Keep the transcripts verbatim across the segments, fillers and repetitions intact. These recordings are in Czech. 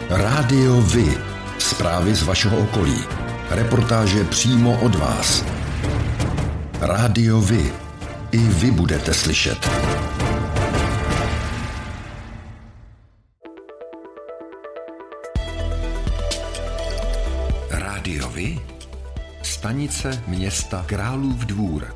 Rádio Vy. Zprávy z vašeho okolí. Reportáže přímo od vás. Rádio Vy. I vy budete slyšet. Rádio Vy. Stanice města Králův Dvůr.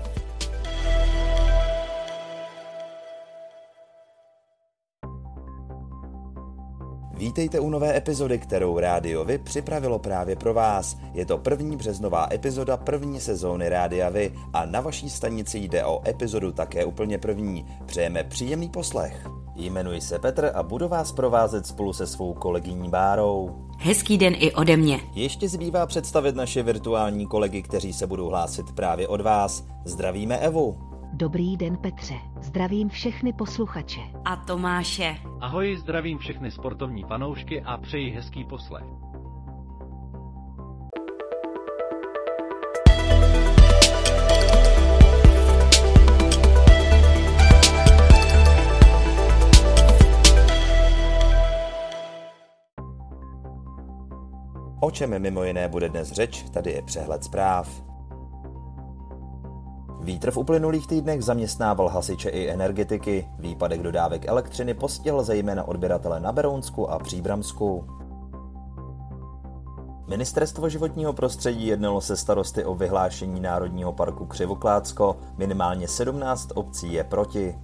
Vítejte u nové epizody, kterou Rádio Vy připravilo právě pro vás. Je to první březnová epizoda první sezóny Rádia Vy a na vaší stanici jde o epizodu také úplně první. Přejeme příjemný poslech. Jmenuji se Petr a budu vás provázet spolu se svou kolegyní Bárou. Hezký den i ode mě. Ještě zbývá představit naše virtuální kolegy, kteří se budou hlásit právě od vás. Zdravíme Evu. Dobrý den, Petře. Zdravím všechny posluchače. A Tomáše. Ahoj, zdravím všechny sportovní fanoušky a přeji hezký poslech. O čem mimo jiné bude dnes řeč, tady je přehled zpráv. Vítr v uplynulých týdnech zaměstnával hasiče i energetiky. Výpadek dodávek elektřiny postihl zejména odběratele na Berounsku a Příbramsku. Ministerstvo životního prostředí jednalo se starosty o vyhlášení Národního parku Křivoklátsko. Minimálně sedmnáct obcí je proti.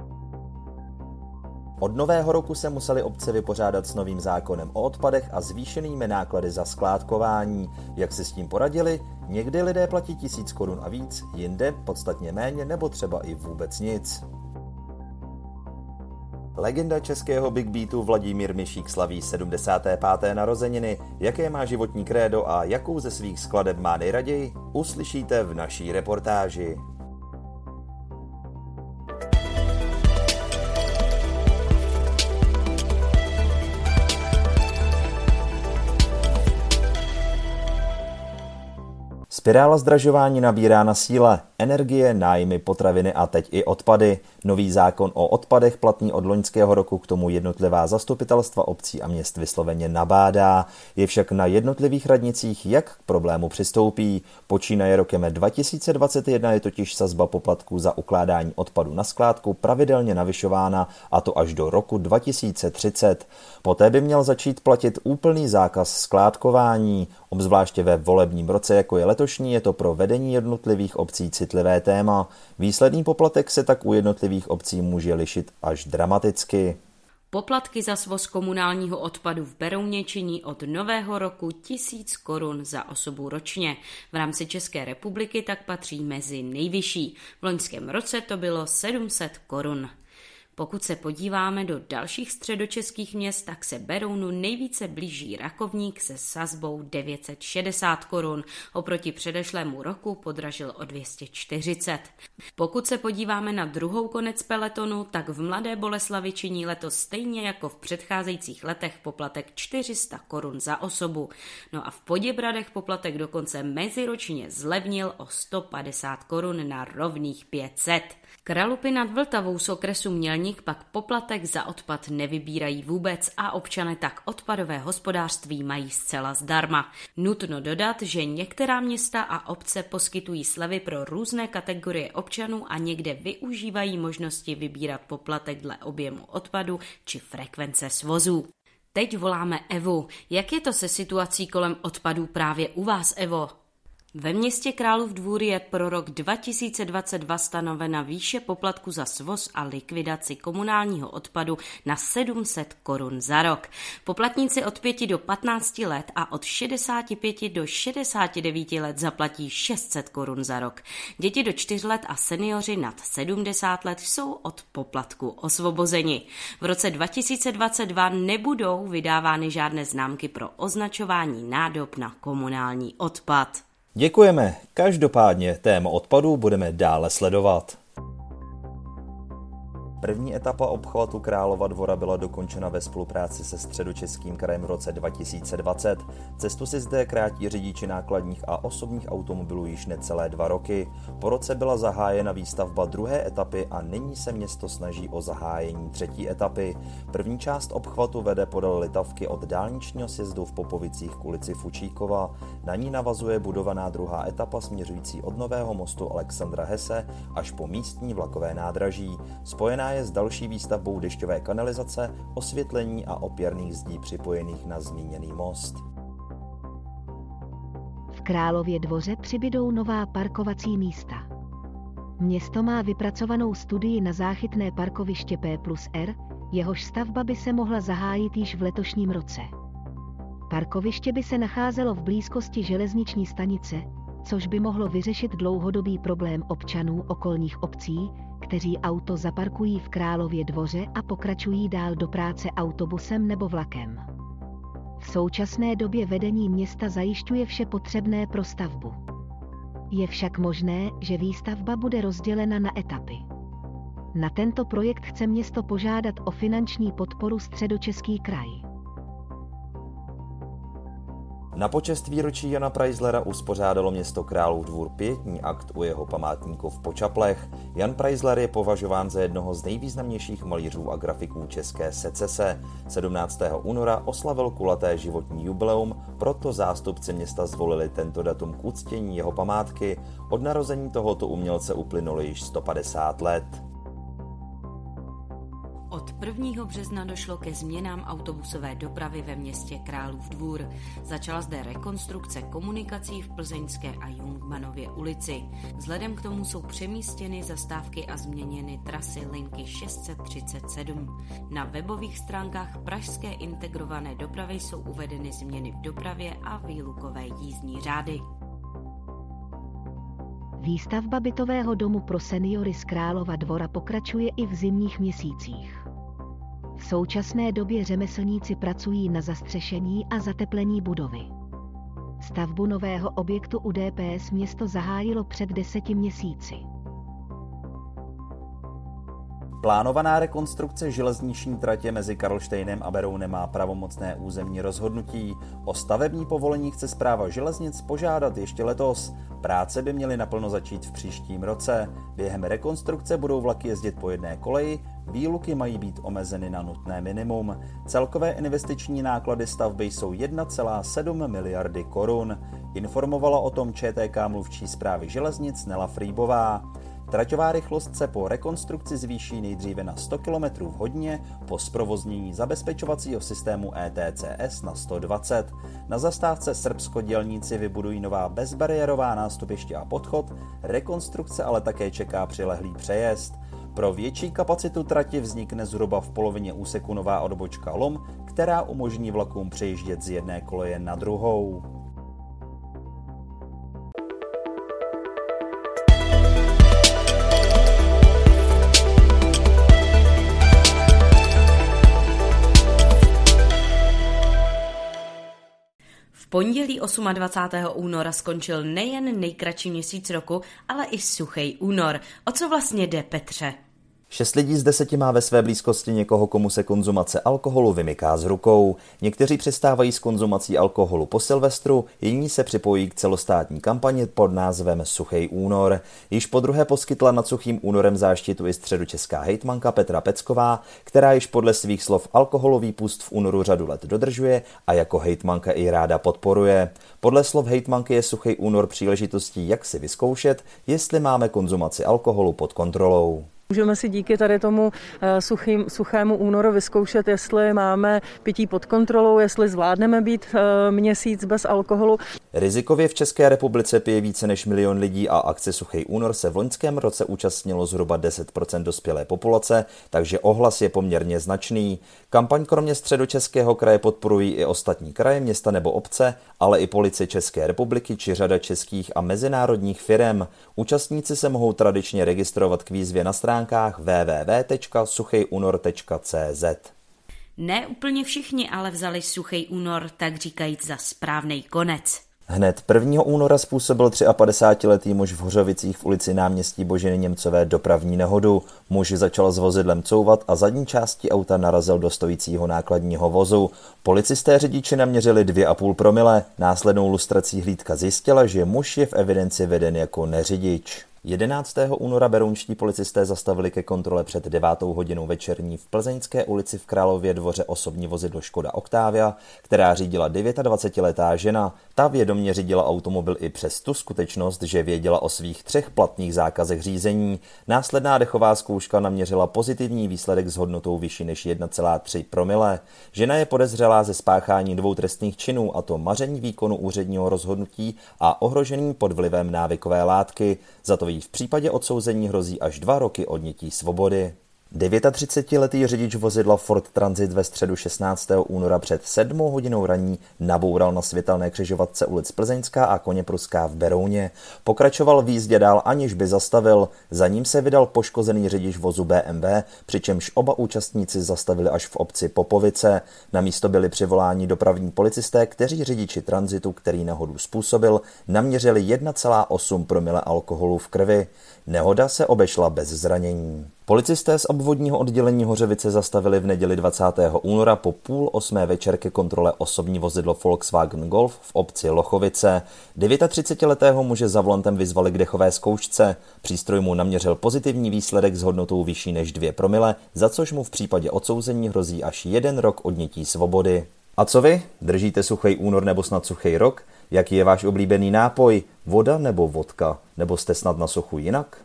Od nového roku se museli obce vypořádat s novým zákonem o odpadech a zvýšenými náklady za skládkování. Jak si s tím poradili? Někdy lidé platí tisíc korun a víc, jinde podstatně méně nebo třeba i vůbec nic. Legenda českého Big Beatu Vladimír Mišík slaví sedmdesáté páté narozeniny. Jaké má životní krédo a jakou ze svých skladeb má nejraději? Uslyšíte v naší reportáži. Spirála zdražování nabírá na síle. Energie, nájmy, potraviny a teď i odpady. Nový zákon o odpadech platný od loňského roku k tomu jednotlivá zastupitelstva obcí a měst vysloveně nabádá. Je však na jednotlivých radnicích, jak k problému přistoupí. Počínaje rokem dva tisíce dvacet jedna je totiž sazba poplatků za ukládání odpadu na skládku pravidelně navyšována, a to až do roku dva tisíce třicet. Poté by měl začít platit úplný zákaz skládkování. Obzvláště ve volebním roce, jako je letošní, je to pro vedení jednotlivých obcí citlivé téma. Výsledný poplatek se tak u jednotlivých obcí může lišit až dramaticky. Poplatky za svoz komunálního odpadu v Berouně činí od nového roku tisíc korun za osobu ročně. V rámci České republiky tak patří mezi nejvyšší. V loňském roce to bylo sedm set korun. Pokud se podíváme do dalších středočeských měst, tak se Berounu nejvíce blíží Rakovník se sazbou devět set šedesát korun. Oproti předešlému roku podražil o dvě stě čtyřicet. Pokud se podíváme na druhou konec peletonu, tak v Mladé Boleslavi činí letos stejně jako v předcházejících letech poplatek čtyři sta korun za osobu. No a v Poděbradech poplatek dokonce meziročně zlevnil o sto padesát korun na rovných pět set. Kralupy nad Vltavou z okresu Mělník pak poplatek za odpad nevybírají vůbec a občané tak odpadové hospodářství mají zcela zdarma. Nutno dodat, že některá města a obce poskytují slevy pro různé kategorie občanů a někde využívají možnosti vybírat poplatek dle objemu odpadu či frekvence svozů. Teď voláme Evu. Jak je to se situací kolem odpadů právě u vás, Evo? Ve městě Králův Dvůr je pro rok dva tisíce dvacet dva stanovena výše poplatku za svoz a likvidaci komunálního odpadu na sedm set korun za rok. Poplatníci od pěti do patnácti let a od šedesáti pěti do šedesáti devíti let zaplatí šest set korun za rok. Děti do čtyř let a seniori nad sedmdesát let jsou od poplatku osvobozeni. V roce dva tisíce dvacet dva nebudou vydávány žádné známky pro označování nádob na komunální odpad. Děkujeme. Každopádně téma odpadů budeme dále sledovat. První etapa obchvatu Králova Dvora byla dokončena ve spolupráci se Středočeským krajem v roce dva tisíce dvacet. Cestu si zde krátí řidiči nákladních a osobních automobilů již necelé dva roky. Po roce byla zahájena výstavba druhé etapy a nyní se město snaží o zahájení třetí etapy. První část obchvatu vede podél Litavky od dálničního sjezdu v Popovicích k ulici Fučíkova. Na ní navazuje budovaná druhá etapa směřující od Nového mostu Alexandra Hesse až po místní vlakové nádraží. Spojená je s další výstavbou dešťové kanalizace, osvětlení a opěrných zdí připojených na zmíněný most. V Králově Dvoře přibydou nová parkovací místa. Město má vypracovanou studii na záchytné parkoviště P plus R, jehož stavba by se mohla zahájit již v letošním roce. Parkoviště by se nacházelo v blízkosti železniční stanice, což by mohlo vyřešit dlouhodobý problém občanů okolních obcí, kteří auto zaparkují v Králově Dvoře a pokračují dál do práce autobusem nebo vlakem. V současné době vedení města zajišťuje vše potřebné pro stavbu. Je však možné, že výstavba bude rozdělena na etapy. Na tento projekt chce město požádat o finanční podporu Středočeský kraj. Na počest výročí Jana Preislera uspořádalo město Králův Dvůr pietní akt u jeho památníku v Počaplech. Jan Preisler je považován za jednoho z nejvýznamnějších malířů a grafiků české secese. sedmnáctého února oslavil kulaté životní jubileum, proto zástupci města zvolili tento datum k uctění jeho památky. Od narození tohoto umělce uplynulo již sto padesát let. Od prvního března došlo ke změnám autobusové dopravy ve městě Králův Dvůr. Začala zde rekonstrukce komunikací v Plzeňské a Jungmannově ulici. Vzhledem k tomu jsou přemístěny zastávky a změněny trasy linky šest set třicet sedm. Na webových stránkách Pražské integrované dopravy jsou uvedeny změny v dopravě a výlukové jízdní řády. Výstavba bytového domu pro seniory z Králova Dvora pokračuje i v zimních měsících. V současné době řemeslníci pracují na zastřešení a zateplení budovy. Stavbu nového objektu u D P S město zahájilo před deseti měsíci. Plánovaná rekonstrukce železniční tratě mezi Karlštejnem a Berounem má pravomocné územní rozhodnutí. O stavební povolení chce správa železnic požádat ještě letos. Práce by měly naplno začít v příštím roce. Během rekonstrukce budou vlaky jezdit po jedné koleji, výluky mají být omezeny na nutné minimum. Celkové investiční náklady stavby jsou jedna celá sedm miliardy korun. Informovala o tom Č T K mluvčí správy železnic Nela Frýbová. Traťová rychlost se po rekonstrukci zvýší nejdříve na sto kilometrů v hodině, po zprovoznění zabezpečovacího systému E T C S na sto dvacet. Na zastávce Srbsko dělníci vybudují nová bezbariérová nástupiště a podchod, rekonstrukce ale také čeká přilehlý přejezd. Pro větší kapacitu trati vznikne zhruba v polovině úseku nová odbočka Lom, která umožní vlakům přejíždět z jedné koleje na druhou. V pondělí dvacátého osmého února skončil nejen nejkratší měsíc roku, ale i suchý únor. O co vlastně jde, Petře? Šest lidí z deseti má ve své blízkosti někoho, komu se konzumace alkoholu vymyká z rukou. Někteří přestávají s konzumací alkoholu po Silvestru, jiní se připojí k celostátní kampani pod názvem Suchý únor. Již podruhé poskytla nad suchým únorem záštitu i středočeská hejtmanka Petra Pecková, která již podle svých slov alkoholový pust v únoru řadu let dodržuje a jako hejtmanka i ráda podporuje. Podle slov hejtmanky je Suchý únor příležitostí, jak si vyzkoušet, jestli máme konzumaci alkoholu pod kontrolou. Můžeme si díky tady tomu suchým, suchému únoru vyzkoušet, jestli máme pití pod kontrolou, jestli zvládneme být měsíc bez alkoholu. Rizikově v České republice pije více než milion lidí a akce Suchý únor se v loňském roce účastnilo zhruba deset procent dospělé populace, takže ohlas je poměrně značný. Kampaň kromě Středočeského kraje podporují i ostatní kraje, města nebo obce, ale i Policie České republiky či řada českých a mezinárodních firem. Účastníci se mohou tradičně registrovat k výzvě na stránkách w w w tečka suchý únor tečka c z. Ne úplně všichni ale vzali Suchý únor, tak říkajíc, za správnej konec. Hned prvního února způsobil padesátitříletý muž v Hořovicích v ulici Náměstí Boženy Němcové dopravní nehodu. Muž začal s vozidlem couvat a zadní části auta narazil do stojícího nákladního vozu. Policisté řidiči naměřili dvě a půl promile. Následnou lustrací hlídka zjistila, že muž je v evidenci veden jako neřidič. jedenáctého února berounští policisté zastavili ke kontrole před devátou hodinou večerní v Plzeňské ulici v Králově Dvoře osobní vozidlo Škoda Octavia, která řídila dvacetidevítiletá žena. Ta vědomě řídila automobil i přes tu skutečnost, že věděla o svých třech platných zákazech řízení. Následná dechová zkouška naměřila pozitivní výsledek s hodnotou vyšší než jedna celá tři promile. Žena je podezřelá ze spáchání dvou trestných činů, a to maření výkonu úředního rozhodnutí a ohrožení pod vlivem návykové látky. Za to v případě odsouzení hrozí až dva roky odnětí svobody. třicetidevítiletý řidič vozidla Ford Transit ve středu šestnáctého února před sedmou hodinou raní naboural na světelné křižovatce ulic Plzeňská a Koněpruská v Berouně. Pokračoval v jízdě dál, aniž by zastavil. Za ním se vydal poškozený řidič vozu B M W, přičemž oba účastníci zastavili až v obci Popovice. Na místo byli přivoláni dopravní policisté, kteří řidiči Transitu, který nehodu způsobil, naměřili jedna celá osm promile alkoholu v krvi. Nehoda se obešla bez zranění. Policisté z obvodního oddělení Hořovice zastavili v neděli dvacátého února po půl osmé večer ke kontrole osobní vozidlo Volkswagen Golf v obci Lochovice. třicetidevítiletého muže za volantem vyzvali k dechové zkoušce. Přístroj mu naměřil pozitivní výsledek s hodnotou vyšší než dvě promile, za což mu v případě odsouzení hrozí až jeden rok odnětí svobody. A co vy? Držíte suchej únor nebo snad suchej rok? Jaký je váš oblíbený nápoj? Voda nebo vodka? Nebo jste snad na suchu jinak?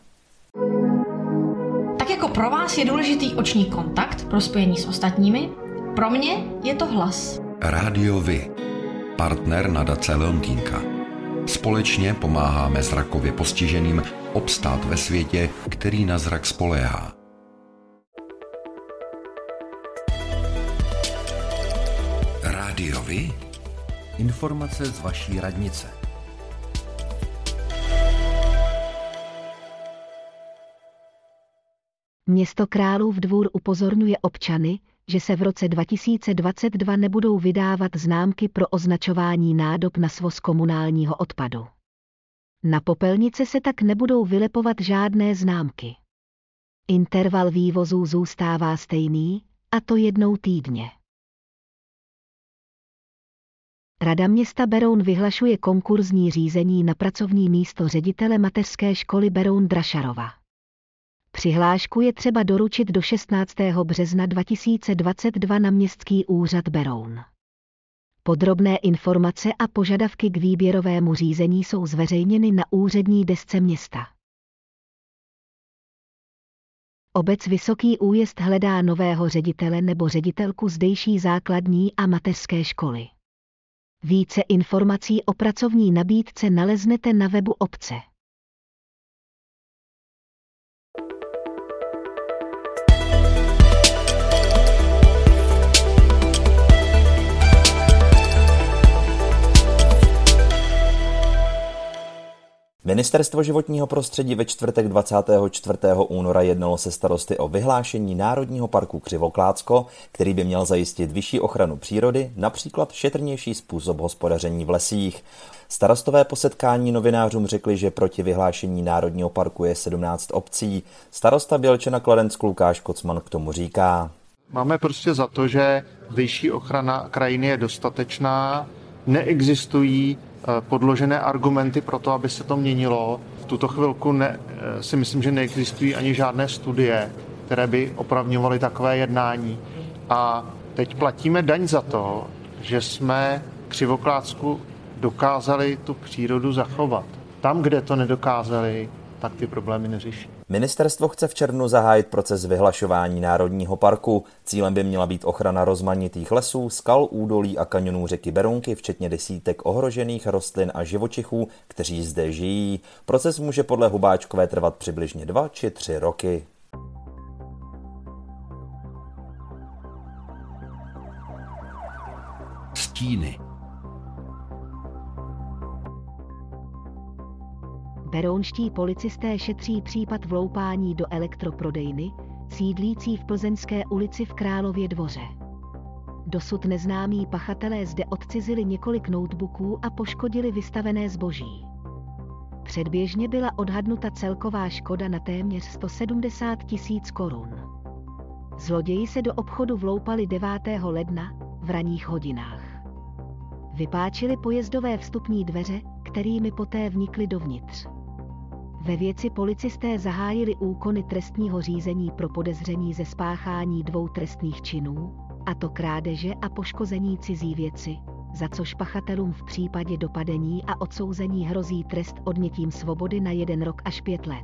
Tak jako pro vás je důležitý oční kontakt pro spojení s ostatními, pro mě je to hlas. Rádio Vy, partner nadace Leontýnka. Společně pomáháme zrakově postiženým obstát ve světě, který na zrak spoléhá. Rádio Vy? Informace z vaší radnice. Město Králův Dvůr upozorňuje občany, že se v roce dva tisíce dvacet dva nebudou vydávat známky pro označování nádob na svoz komunálního odpadu. Na popelnice se tak nebudou vylepovat žádné známky. Interval vývozů zůstává stejný, a to jednou týdně. Rada města Beroun vyhlašuje konkurzní řízení na pracovní místo ředitele mateřské školy Beroun Drašarova. Přihlášku je třeba doručit do šestnáctého března dva tisíce dvacet dva na Městský úřad Beroun. Podrobné informace a požadavky k výběrovému řízení jsou zveřejněny na úřední desce města. Obec Vysoký Újezd hledá nového ředitele nebo ředitelku zdejší základní a mateřské školy. Více informací o pracovní nabídce naleznete na webu obce. Ministerstvo životního prostředí ve čtvrtek dvacátého čtvrtého února jednalo se starosty o vyhlášení Národního parku Křivoklácko, který by měl zajistit vyšší ochranu přírody, například šetrnější způsob hospodaření v lesích. Starostové po setkání novinářům řekli, že proti vyhlášení Národního parku je sedmnáct obcí. Starosta Bělče Kladensk Lukáš Kocman k tomu říká. Máme prostě za to, že vyšší ochrana krajiny je dostatečná, neexistují podložené argumenty pro to, aby se to měnilo. V tuto chvilku ne, si myslím, že neexistují ani žádné studie, které by opravňovaly takové jednání. A teď platíme daň za to, že jsme Křivoklácku dokázali tu přírodu zachovat. Tam, kde to nedokázali, tak ty problémy neřeší. Ministerstvo chce v červnu zahájit proces vyhlašování Národního parku. Cílem by měla být ochrana rozmanitých lesů, skal, údolí a kanionů řeky Berounky, včetně desítek ohrožených rostlin a živočichů, kteří zde žijí. Proces může podle Hubáčkové trvat přibližně dva či tři roky. Stíny. Berounští policisté šetří případ vloupání do elektroprodejny, sídlící v Plzeňské ulici v Králově Dvoře. Dosud neznámí pachatelé zde odcizili několik notebooků a poškodili vystavené zboží. Předběžně byla odhadnuta celková škoda na téměř sto sedmdesát tisíc korun. Zloději se do obchodu vloupali devátého ledna v ranních hodinách. Vypáčili pojezdové vstupní dveře, kterými poté vnikli dovnitř. Ve věci policisté zahájili úkony trestního řízení pro podezření ze spáchání dvou trestných činů, a to krádeže a poškození cizí věci, za což pachatelům v případě dopadení a odsouzení hrozí trest odnětím svobody na jeden rok až pět let.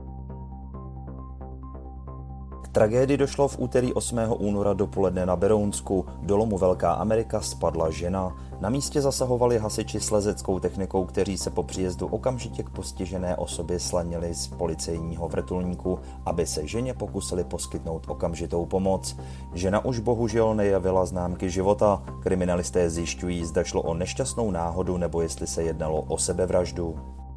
K tragédii došlo v úterý osmého února dopoledne na Berounsku. Do lomu Velká Amerika spadla žena. Na místě zasahovali hasiči s lezeckou technikou, kteří se po příjezdu okamžitě k postižené osobě slanili z policejního vrtulníku, aby se ženě pokusili poskytnout okamžitou pomoc. Žena už bohužel nejavila známky života. Kriminalisté zjišťují, zda šlo o nešťastnou náhodu nebo jestli se jednalo o sebevraždu.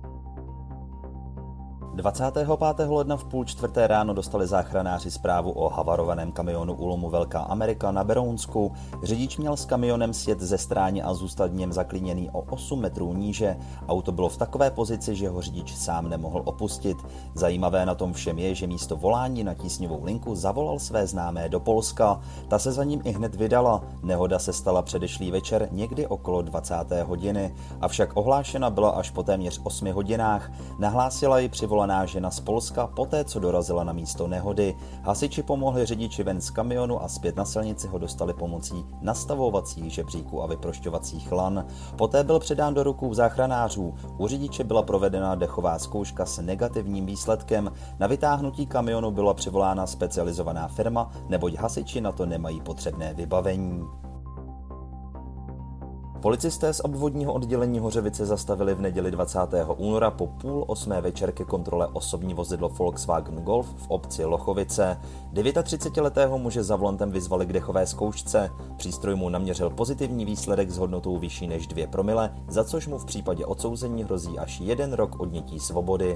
dvacátého pátého ledna v půl čtvrté ráno dostali záchranáři zprávu o havarovaném kamionu u lomu Velká Amerika na Berounsku. Řidič měl s kamionem sjet ze stráně a zůstat v něm zaklíněný o osm metrů níže. Auto bylo v takové pozici, že ho řidič sám nemohl opustit. Zajímavé na tom všem je, že místo volání na tísňovou linku zavolal své známé do Polska. Ta se za ním i hned vydala. Nehoda se stala předešlý večer někdy okolo dvacáté hodiny, avšak ohlášena byla až po téměř osmi hodinách. Nahlásila ji přivolaná žena z Polska poté, co dorazila na místo nehody. Hasiči pomohli řidiči ven z kamionu a zpět na silnici ho dostali pomocí nastavovacích žebříků a vyprošťovacích lan. Poté byl předán do rukou záchranářů. U řidiče byla provedena dechová zkouška s negativním výsledkem. Na vytáhnutí kamionu byla přivolána specializovaná firma, neboť hasiči na to nemají potřebné vybavení. Policisté z obvodního oddělení Hořovice zastavili v neděli dvacátého února po půl osmé večer ke kontrole osobní vozidlo Volkswagen Golf v obci Lochovice. třicetidevítiletého muže za volantem vyzvali k dechové zkoušce. Přístroj mu naměřil pozitivní výsledek s hodnotou vyšší než dvě promile, za což mu v případě odsouzení hrozí až jeden rok odnětí svobody.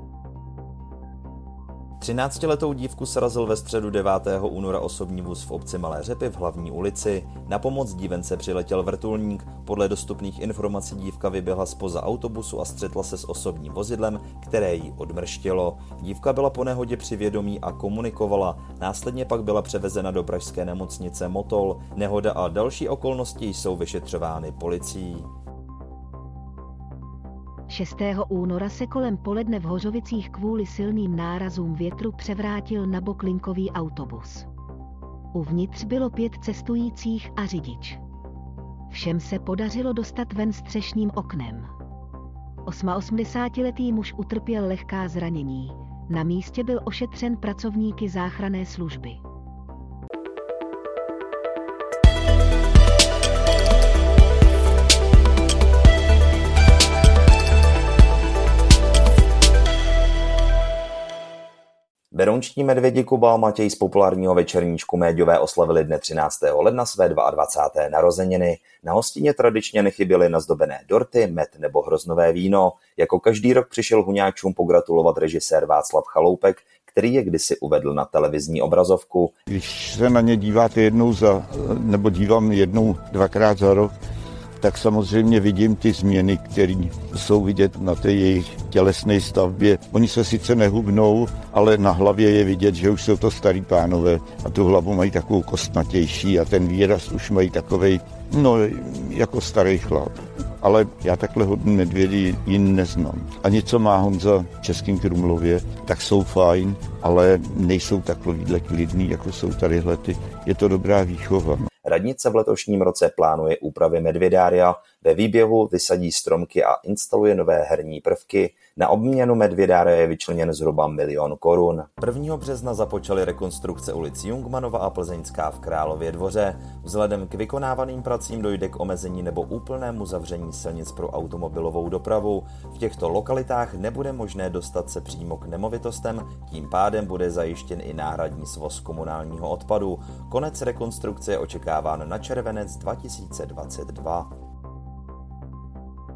třináctiletou dívku srazil ve středu devátého února osobní vůz v obci Malé Řepy v Hlavní ulici. Na pomoc dívence přiletěl vrtulník. Podle dostupných informací dívka vyběhla zpoza autobusu a střetla se s osobním vozidlem, které ji odmrštilo. Dívka byla po nehodě při vědomí a komunikovala. Následně pak byla převezena do pražské nemocnice Motol. Nehoda a další okolnosti jsou vyšetřovány policií. šestého února se kolem poledne v Hořovicích kvůli silným nárazům větru převrátil na bok linkový autobus. Uvnitř bylo pět cestujících a řidič. Všem se podařilo dostat ven střešním oknem. osmaosmdesátiletý muž utrpěl lehká zranění. Na místě byl ošetřen pracovníky záchranné služby. Berounští medvědi Kuba a Matěj z populárního večerníčku Méďové oslavili dne třináctého ledna své dvacáté druhé narozeniny. Na hostině tradičně nechyběly nazdobené dorty, med nebo hroznové víno. Jako každý rok přišel huňáčům pogratulovat režisér Václav Chaloupek, který je kdysi uvedl na televizní obrazovku. Když se na ně díváte jednou za, nebo dívám jednou, dvakrát za rok, tak samozřejmě vidím ty změny, které jsou vidět na té jejich tělesné stavbě. Oni se sice nehubnou, ale na hlavě je vidět, že už jsou to starý pánové a tu hlavu mají takovou kostnatější a ten výraz už mají takovej, no, jako starý chlap. Ale já takhle hodný medvědy jin neznám. A něco má Honza v Českém Krumlově, tak jsou fajn, ale nejsou takovýhle klidný, jako jsou tadyhle ty. Je to dobrá výchova. Radnice v letošním roce plánuje úpravy medvědária, ve výběhu vysadí stromky a instaluje nové herní prvky. Na obměnu medvědária je vyčleněn zhruba milion korun. prvního března započaly rekonstrukce ulic Jungmanova a Plzeňská v Králově Dvoře. Vzhledem k vykonávaným pracím dojde k omezení nebo úplnému zavření silnic pro automobilovou dopravu. V těchto lokalitách nebude možné dostat se přímo k nemovitostem, tím pádem bude zajištěn i náhradní svoz komunálního odpadu. Konec rekonstrukce je očekáván na červenec dva tisíce dvacet dva.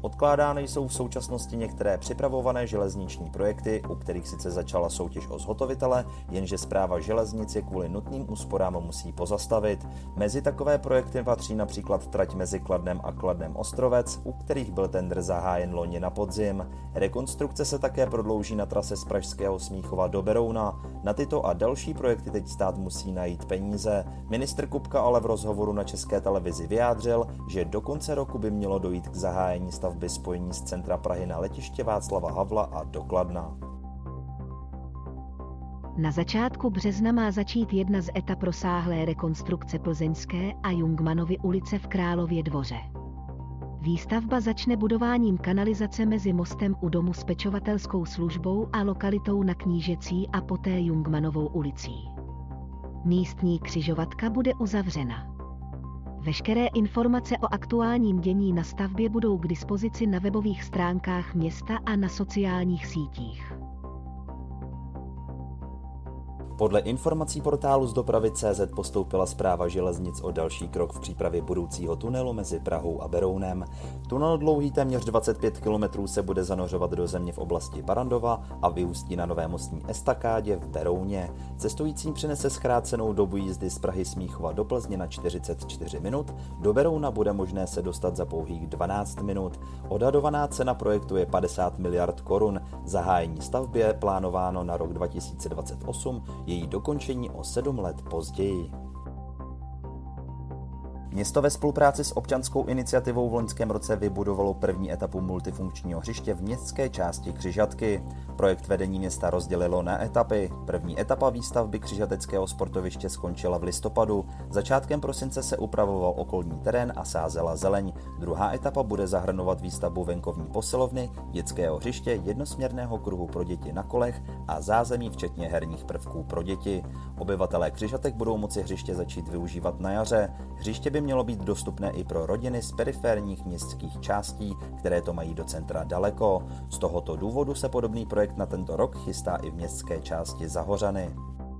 Odkládány jsou v současnosti některé připravované železniční projekty, u kterých sice začala soutěž o zhotovitele, jenže Správa železnic je kvůli nutným úsporám musí pozastavit. Mezi takové projekty patří například trať mezi Kladnem a Kladnem Ostrovec, u kterých byl tendr zahájen loni na podzim. Rekonstrukce se také prodlouží na trase z pražského Smíchova do Berouna. Na tyto a další projekty teď stát musí najít peníze. Ministr Kupka ale v rozhovoru na České televizi vyjádřil, že do konce roku by mělo dojít k zahájení stavby spojení z centra Prahy na letiště Václava Havla a do Kladna. Na začátku března má začít jedna z etap rozsáhlé rekonstrukce Plzeňské a Jungmanovy ulice v Králově Dvoře. Výstavba začne budováním kanalizace mezi mostem u domu s pečovatelskou službou a lokalitou na Knížecí a poté Jungmanovou ulicí. Místní křižovatka bude uzavřena. Veškeré informace o aktuálním dění na stavbě budou k dispozici na webových stránkách města a na sociálních sítích. Podle informací portálu z dopravy tečka cé zet postoupila Správa železnic o další krok v přípravě budoucího tunelu mezi Prahou a Berounem. Tunel dlouhý téměř dvacet pět kilometrů se bude zanořovat do země v oblasti Barrandova a vyústí na nové mostní estakádě v Berouně. Cestujícím přinese zkrácenou dobu jízdy z Prahy Smíchova do Plzně na čtyřicet čtyři minut, do Berouna bude možné se dostat za pouhých dvanáct minut. Odhadovaná cena projektu je padesát miliard korun. Zahájení stavby je plánováno na rok dva tisíce dvacet osm, její dokončení o sedm let později. Město ve spolupráci s občanskou iniciativou v loňském roce vybudovalo první etapu multifunkčního hřiště v městské části Křižatky. Projekt vedení města rozdělilo na etapy. První etapa výstavby křižateckého sportoviště skončila v listopadu. Začátkem prosince se upravoval okolní terén a sázela zeleň. Druhá etapa bude zahrnovat výstavbu venkovní posilovny, dětského hřiště, jednosměrného kruhu pro děti na kolech a zázemí včetně herních prvků pro děti. Obyvatelé Křižatek budou moci hřiště začít využívat na jaře. Hřiště by mělo být dostupné i pro rodiny z periférních městských částí, které to mají do centra daleko. Z tohoto důvodu se podobný projekt na tento rok chystá i v městské části Zahořany.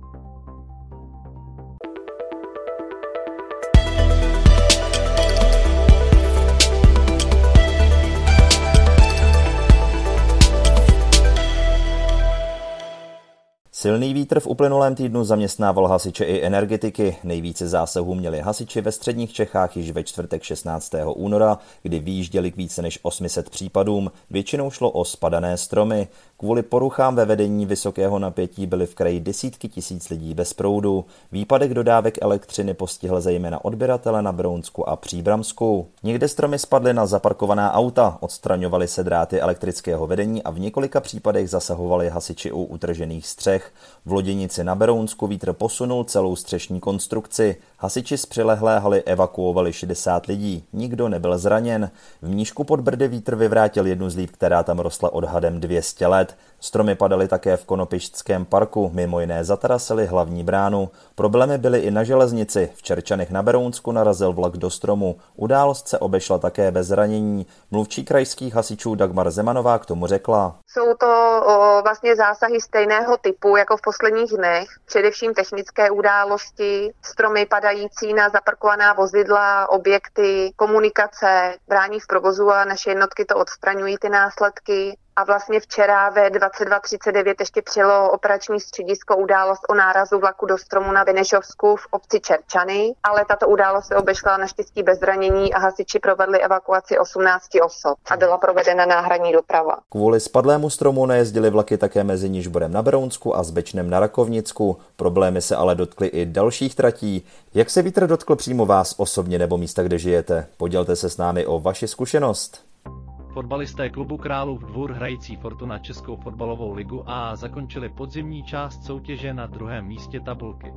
Silný vítr v uplynulém týdnu zaměstnával hasiče i energetiky. Nejvíce zásahů měli hasiči ve středních Čechách již ve čtvrtek šestnáctého února, kdy vyjížděli k více než osmi set případům. Většinou šlo o spadané stromy. Kvůli poruchám ve vedení vysokého napětí byly v kraji desítky tisíc lidí bez proudu. Výpadek dodávek elektřiny postihl zejména odběratele na Berounsku a Příbramsku. Někde stromy spadly na zaparkovaná auta, odstraňovaly se dráty elektrického vedení a v několika případech zasahovali hasiči u utržených střech. V Loděnici na Berounsku vítr posunul celou střešní konstrukci. Hasiči z přilehlé haly evakuovali šedesát lidí. Nikdo nebyl zraněn. V Mníšku pod Brdy vítr vyvrátil jednu z líp, která tam rostla odhadem dvě stě let. Stromy padaly také v Konopišťském parku, mimo jiné zatarasily hlavní bránu. Problémy byly i na železnici. V Čerčanech na Berounsku narazil vlak do stromu. Událost se obešla také bez zranění. Mluvčí krajských hasičů Dagmar Zemanová k tomu řekla. Jsou to o, vlastně zásahy stejného typu jako v posledních dnech, především technické události, stromy padající na zaparkovaná vozidla, objekty, komunikace, brání v provozu a naše jednotky to odstraňují ty následky. A vlastně včera ve dvacet dva třicet devět ještě přijelo operační středisko událost o nárazu vlaku do stromu na Benešovsku v obci Čerčany, ale tato událost se obešla naštěstí bez zranění a hasiči provedli evakuaci osmnácti osob a byla provedena náhradní doprava. Kvůli spadlému stromu nejezdily vlaky také mezi Nižborem na Berounsku a Zbečnem na Rakovnicku. Problémy se ale dotkly i dalších tratí. Jak se vítr dotkl přímo vás osobně nebo místa, kde žijete? Podělte se s námi o vaši zkušenost. Fotbalisté klubu Králův Dvůr hrající Fortuna Českou fotbalovou ligu A zakončili podzimní část soutěže na druhém místě tabulky.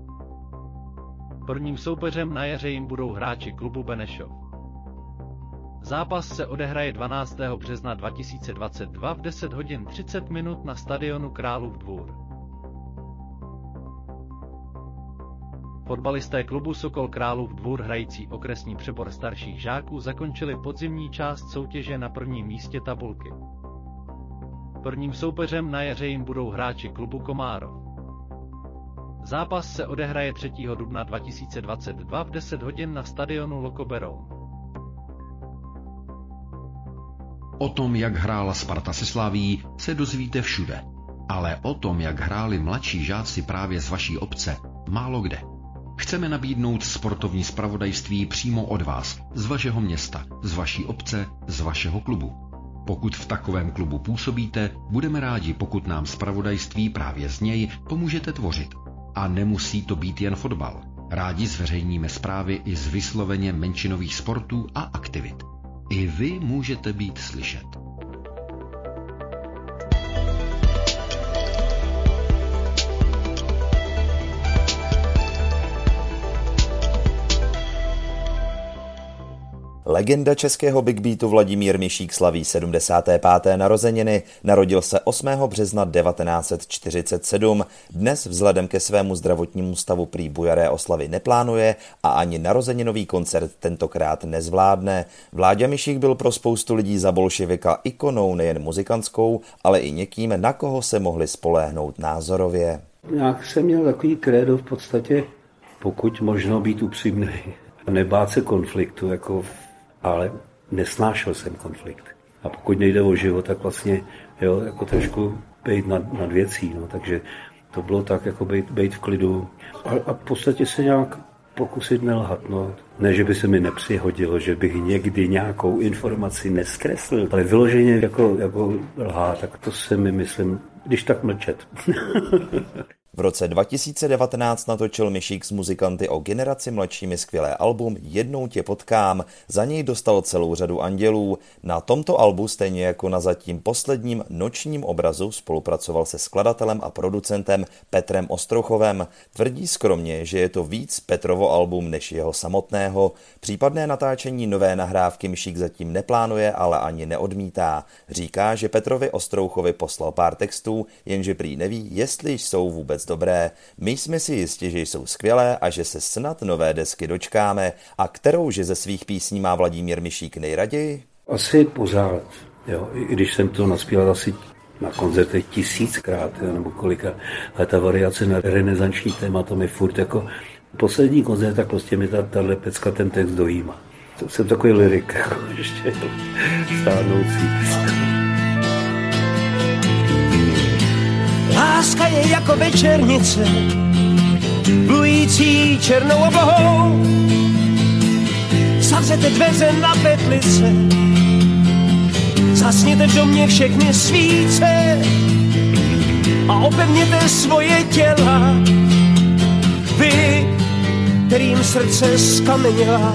Prvním soupeřem na jaře jim budou hráči klubu Benešov. Zápas se odehraje dvanáctého března dva tisíce dvacet dva v deset hodin třicet minut na stadionu Králův Dvůr. Fotbalisté klubu Sokol Králův Dvůr hrající okresní přebor starších žáků zakončili podzimní část soutěže na prvním místě tabulky. Prvním soupeřem na jaře jim budou hráči klubu Komárov. Zápas se odehraje třetího dubna dva tisíce dvacet dva v deset hodin na stadionu Loko Beroun. O tom, jak hrála Sparta se Slavií, se dozvíte všude. Ale o tom, jak hráli mladší žáci právě z vaší obce, málo kde. Chceme nabídnout sportovní zpravodajství přímo od vás, z vašeho města, z vaší obce, z vašeho klubu. Pokud v takovém klubu působíte, budeme rádi, pokud nám zpravodajství právě z něj pomůžete tvořit. A nemusí to být jen fotbal. Rádi zveřejníme zprávy i z vysloveně menšinových sportů a aktivit. I vy můžete být slyšet. Legenda českého big beatu Vladimír Mišík slaví sedmdesáté páté narozeniny. Narodil se osmého března devatenáct set čtyřicet sedm. Dnes vzhledem ke svému zdravotnímu stavu prý bujaré oslavy neplánuje a ani narozeninový koncert tentokrát nezvládne. Vláďa Mišík byl pro spoustu lidí za bolševika ikonou nejen muzikantskou, ale i někým, na koho se mohli spoléhnout názorově. Nějak jsem měl takový krédo v podstatě, pokud možno být upřímný. Nebát se konfliktu, jako, ale nesnášel jsem konflikt. A pokud nejde o život, tak vlastně jo, jako trošku bejt nad, nad věcí. No, takže to bylo tak, jako bejt, bejt v klidu. A, a v podstatě se nějak pokusit nelhat. No. Ne, že by se mi nepřihodilo, že bych někdy nějakou informaci neskreslil, ale vyloženě jako, jako lhát, tak to se mi myslím, když tak mlčet. V roce dva tisíce devatenáct natočil Mišík s muzikanty o generaci mladšími skvělé album Jednou tě potkám, za něj dostal celou řadu andělů. Na tomto albu, stejně jako na zatím posledním Nočním obrazu, spolupracoval se skladatelem a producentem Petrem Ostrouchovem. Tvrdí skromně, že je to víc Petrovo album než jeho samotného. Případné natáčení nové nahrávky Mišík zatím neplánuje, ale ani neodmítá. Říká, že Petrovi Ostrouchovi poslal pár textů, jenže prý neví, jestli jsou vůbec dobré. My jsme si jistí, že jsou skvělé a že se snad nové desky dočkáme. A kterou že ze svých písní má Vladimír Mišík nejraději? Asi pořád. Jo. I když jsem to naspíval asi na koncertech tisíckrát, jo, nebo kolika. Ale ta variace na renesanční téma, to mi furt jako poslední koncert, tak prostě mi ta, tahle pecka ten text dojíma. To jsem takový lyrik, jako ještě stárnoucí. Láska je jako večernice, plující černou oblohou. Zavřete dveře na petlice, zasněte v domě všechny svíce a opevněte svoje těla. Vy, kterým srdce skameněla.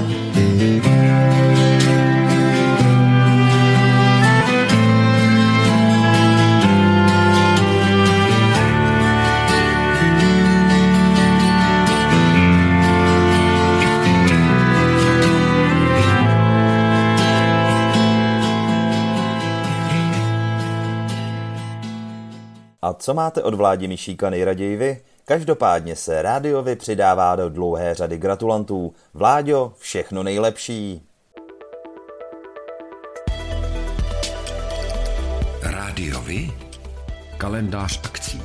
A co máte od Vládi Mišíka nejraději vy? Každopádně se Rádiovi přidává do dlouhé řady gratulantů. Vláďo, všechno nejlepší. Rádiovi? Kalendář akcí.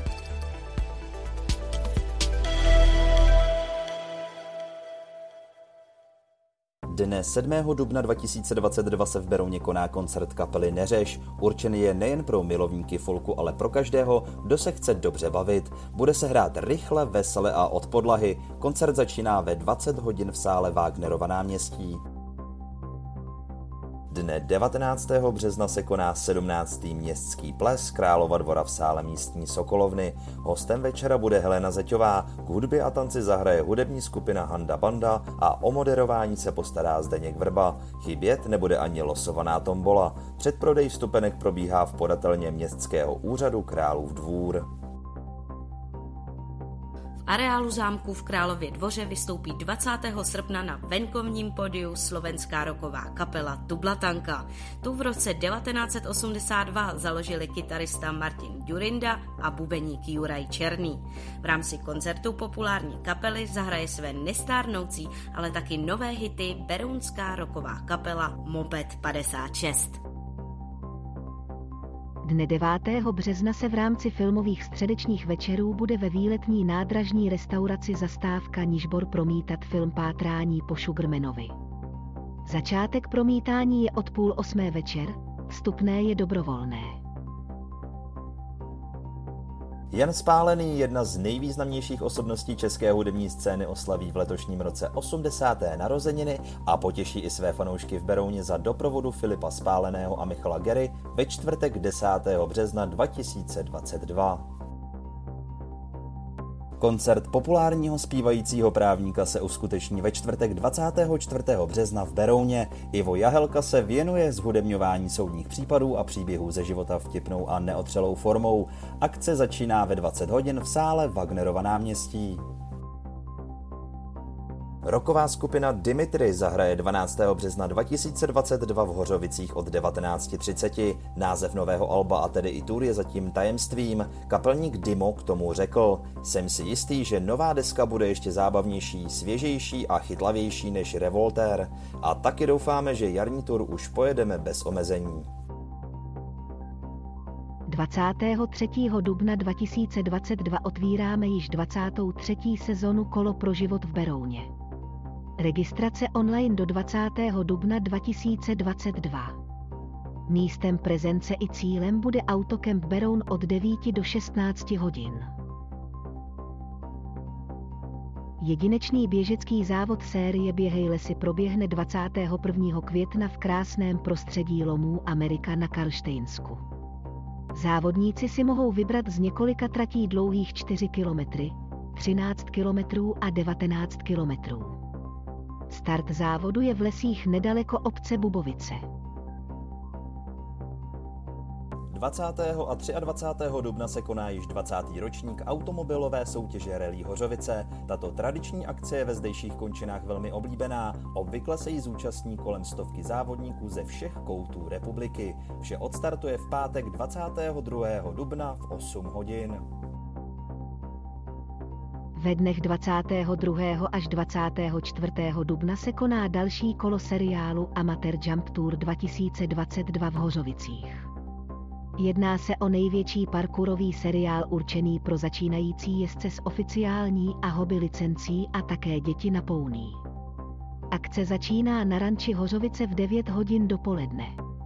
Dne sedmého dubna dva tisíce dvacet dva se v Berouně koná koncert kapely Neřeš. Určený je nejen pro milovníky folku, ale pro každého, kdo se chce dobře bavit. Bude se hrát rychle, vesele a od podlahy. Koncert začíná ve dvacet hodin v sále Wagnerova náměstí. Dne devatenáctého března se koná sedmnáctý městský ples Králova dvora v sále místní Sokolovny. Hostem večera bude Helena Zeťová, k hudbě a tanci zahraje hudební skupina Handa Banda a o moderování se postará Zdeněk Vrba. Chybět nebude ani losovaná tombola. Předprodej vstupenek probíhá v podatelně městského úřadu Králův Dvůr. V areálu zámku v Králově dvoře vystoupí dvacátého srpna na venkovním podiu slovenská rocková kapela Tublatanka. Tu v roce devatenáct set osmdesát dva založili kytarista Martin Ďurinda a bubeník Juraj Černý. V rámci koncertu populární kapely zahraje své nestárnoucí, ale taky nové hity berounská rocková kapela Moped padesát šest. Dne devátého března se v rámci filmových středečních večerů bude ve výletní nádražní restauraci Zastávka Nižbor promítat film Pátrání po Sugarmanovi. Začátek promítání je od půl osmé večer, Vstupné je dobrovolné. Jan Spálený, jedna z nejvýznamnějších osobností české hudební scény, oslaví v letošním roce osmdesáté narozeniny a potěší i své fanoušky v Berouně za doprovodu Filipa Spáleného a Michala Gery ve čtvrtek desátého března dva tisíce dvacet dva. Koncert populárního zpívajícího právníka se uskuteční ve čtvrtek dvacátého čtvrtého března v Berouně. Ivo Jahelka se věnuje zhudebňování soudních případů a příběhů ze života vtipnou a neotřelou formou. Akce začíná ve dvacet hodin v sále Wagnerova náměstí. Rocková skupina Dimitri zahraje dvanáctého března dva tisíce dvacet dva v Hořovicích od devatenáct třicet. Název nového alba a tedy i tour je zatím tajemstvím. Kapelník Dimo k tomu řekl: jsem si jistý, že nová deska bude ještě zábavnější, svěžejší a chytlavější než Revolter. A taky doufáme, že jarní tour už pojedeme bez omezení. dvacátého třetího dubna dva tisíce dvacet dva otvíráme již dvacátou třetí sezonu Kolo pro život v Berouně. Registrace online do dvacátého dubna dva tisíce dvacet dva. Místem prezence i cílem bude Autokemp Beroun od devíti do šestnácti hodin. Jedinečný běžecký závod série Běhej lesy proběhne dvacátého prvního května v krásném prostředí lomů Amerika na Karlštejnsku. Závodníci si mohou vybrat z několika tratí dlouhých čtyři kilometry, třináct kilometrů a devatenáct kilometrů. Start závodu je v lesích nedaleko obce Bubovice. dvacátého a dvacátého třetího dubna se koná již dvacátý ročník automobilové soutěže Rally Hořovice. Tato tradiční akce je ve zdejších končinách velmi oblíbená. Obvykle se jí zúčastní kolem stovky závodníků ze všech koutů republiky. Vše odstartuje v pátek dvacátého druhého dubna v osm hodin. Ve dnech dvacátého druhého až dvacátého čtvrtého dubna se koná další kolo seriálu Amateur Jump Tour dva tisíce dvacet dva v Hořovicích. Jedná se o největší parkourový seriál určený pro začínající jezdce s oficiální a hobby licencí a také děti na pouní. Akce začíná na ranči Hořovice v devět hodin dopoledne.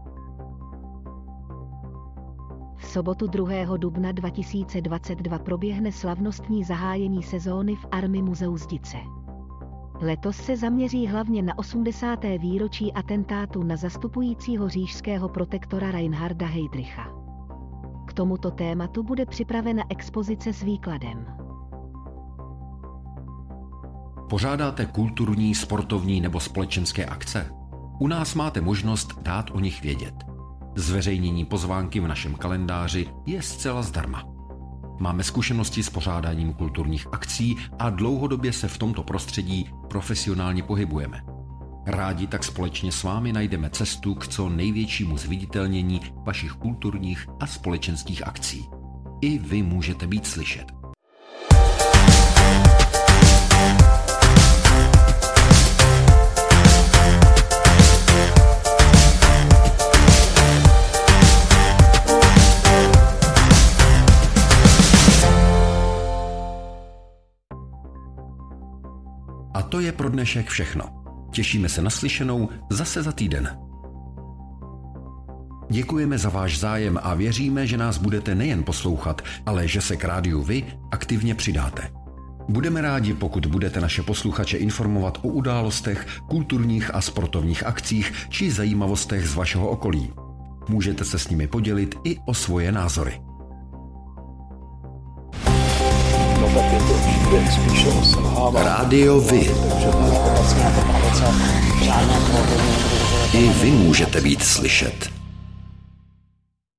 V sobotu druhého dubna dva tisíce dvacet dva proběhne slavnostní zahájení sezóny v Army muzeu Zdice. Letos se zaměří hlavně na osmdesáté výročí atentátu na zastupujícího říšského protektora Reinharda Heydricha. K tomuto tématu bude připravena expozice s výkladem. Pořádáte kulturní, sportovní nebo společenské akce? U nás máte možnost dát o nich vědět. Zveřejnění pozvánky v našem kalendáři je zcela zdarma. Máme zkušenosti s pořádáním kulturních akcí a dlouhodobě se v tomto prostředí profesionálně pohybujeme. Rádi tak společně s vámi najdeme cestu k co největšímu zviditelnění vašich kulturních a společenských akcí. I vy můžete být slyšet. A to je pro dnešek všechno. Těšíme se na slyšenou zase za týden. Děkujeme za váš zájem a věříme, že nás budete nejen poslouchat, ale že se k rádiu vy aktivně přidáte. Budeme rádi, pokud budete naše posluchače informovat o událostech, kulturních a sportovních akcích či zajímavostech z vašeho okolí. Můžete se s nimi podělit i o svoje názory. Rádio Vy. I vy můžete být slyšet.